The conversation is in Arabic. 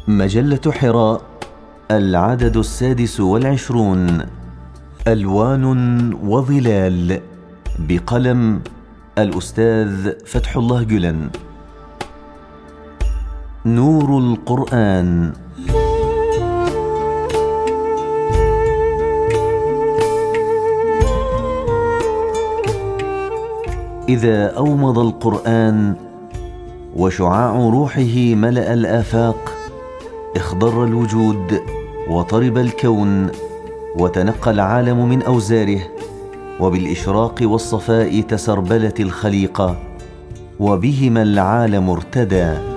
مجلة حراء، العدد 26، ألوان وظلال، بقلم الأستاذ فتح الله جلن. نور القرآن. إذا أومض القرآن وشعاع روحه ملأ الآفاق، اخضر الوجود وطرب الكون، وتنقى العالم من أوزاره، وبالإشراق والصفاء تسربلت الخليقة، وبهما العالم ارتدى.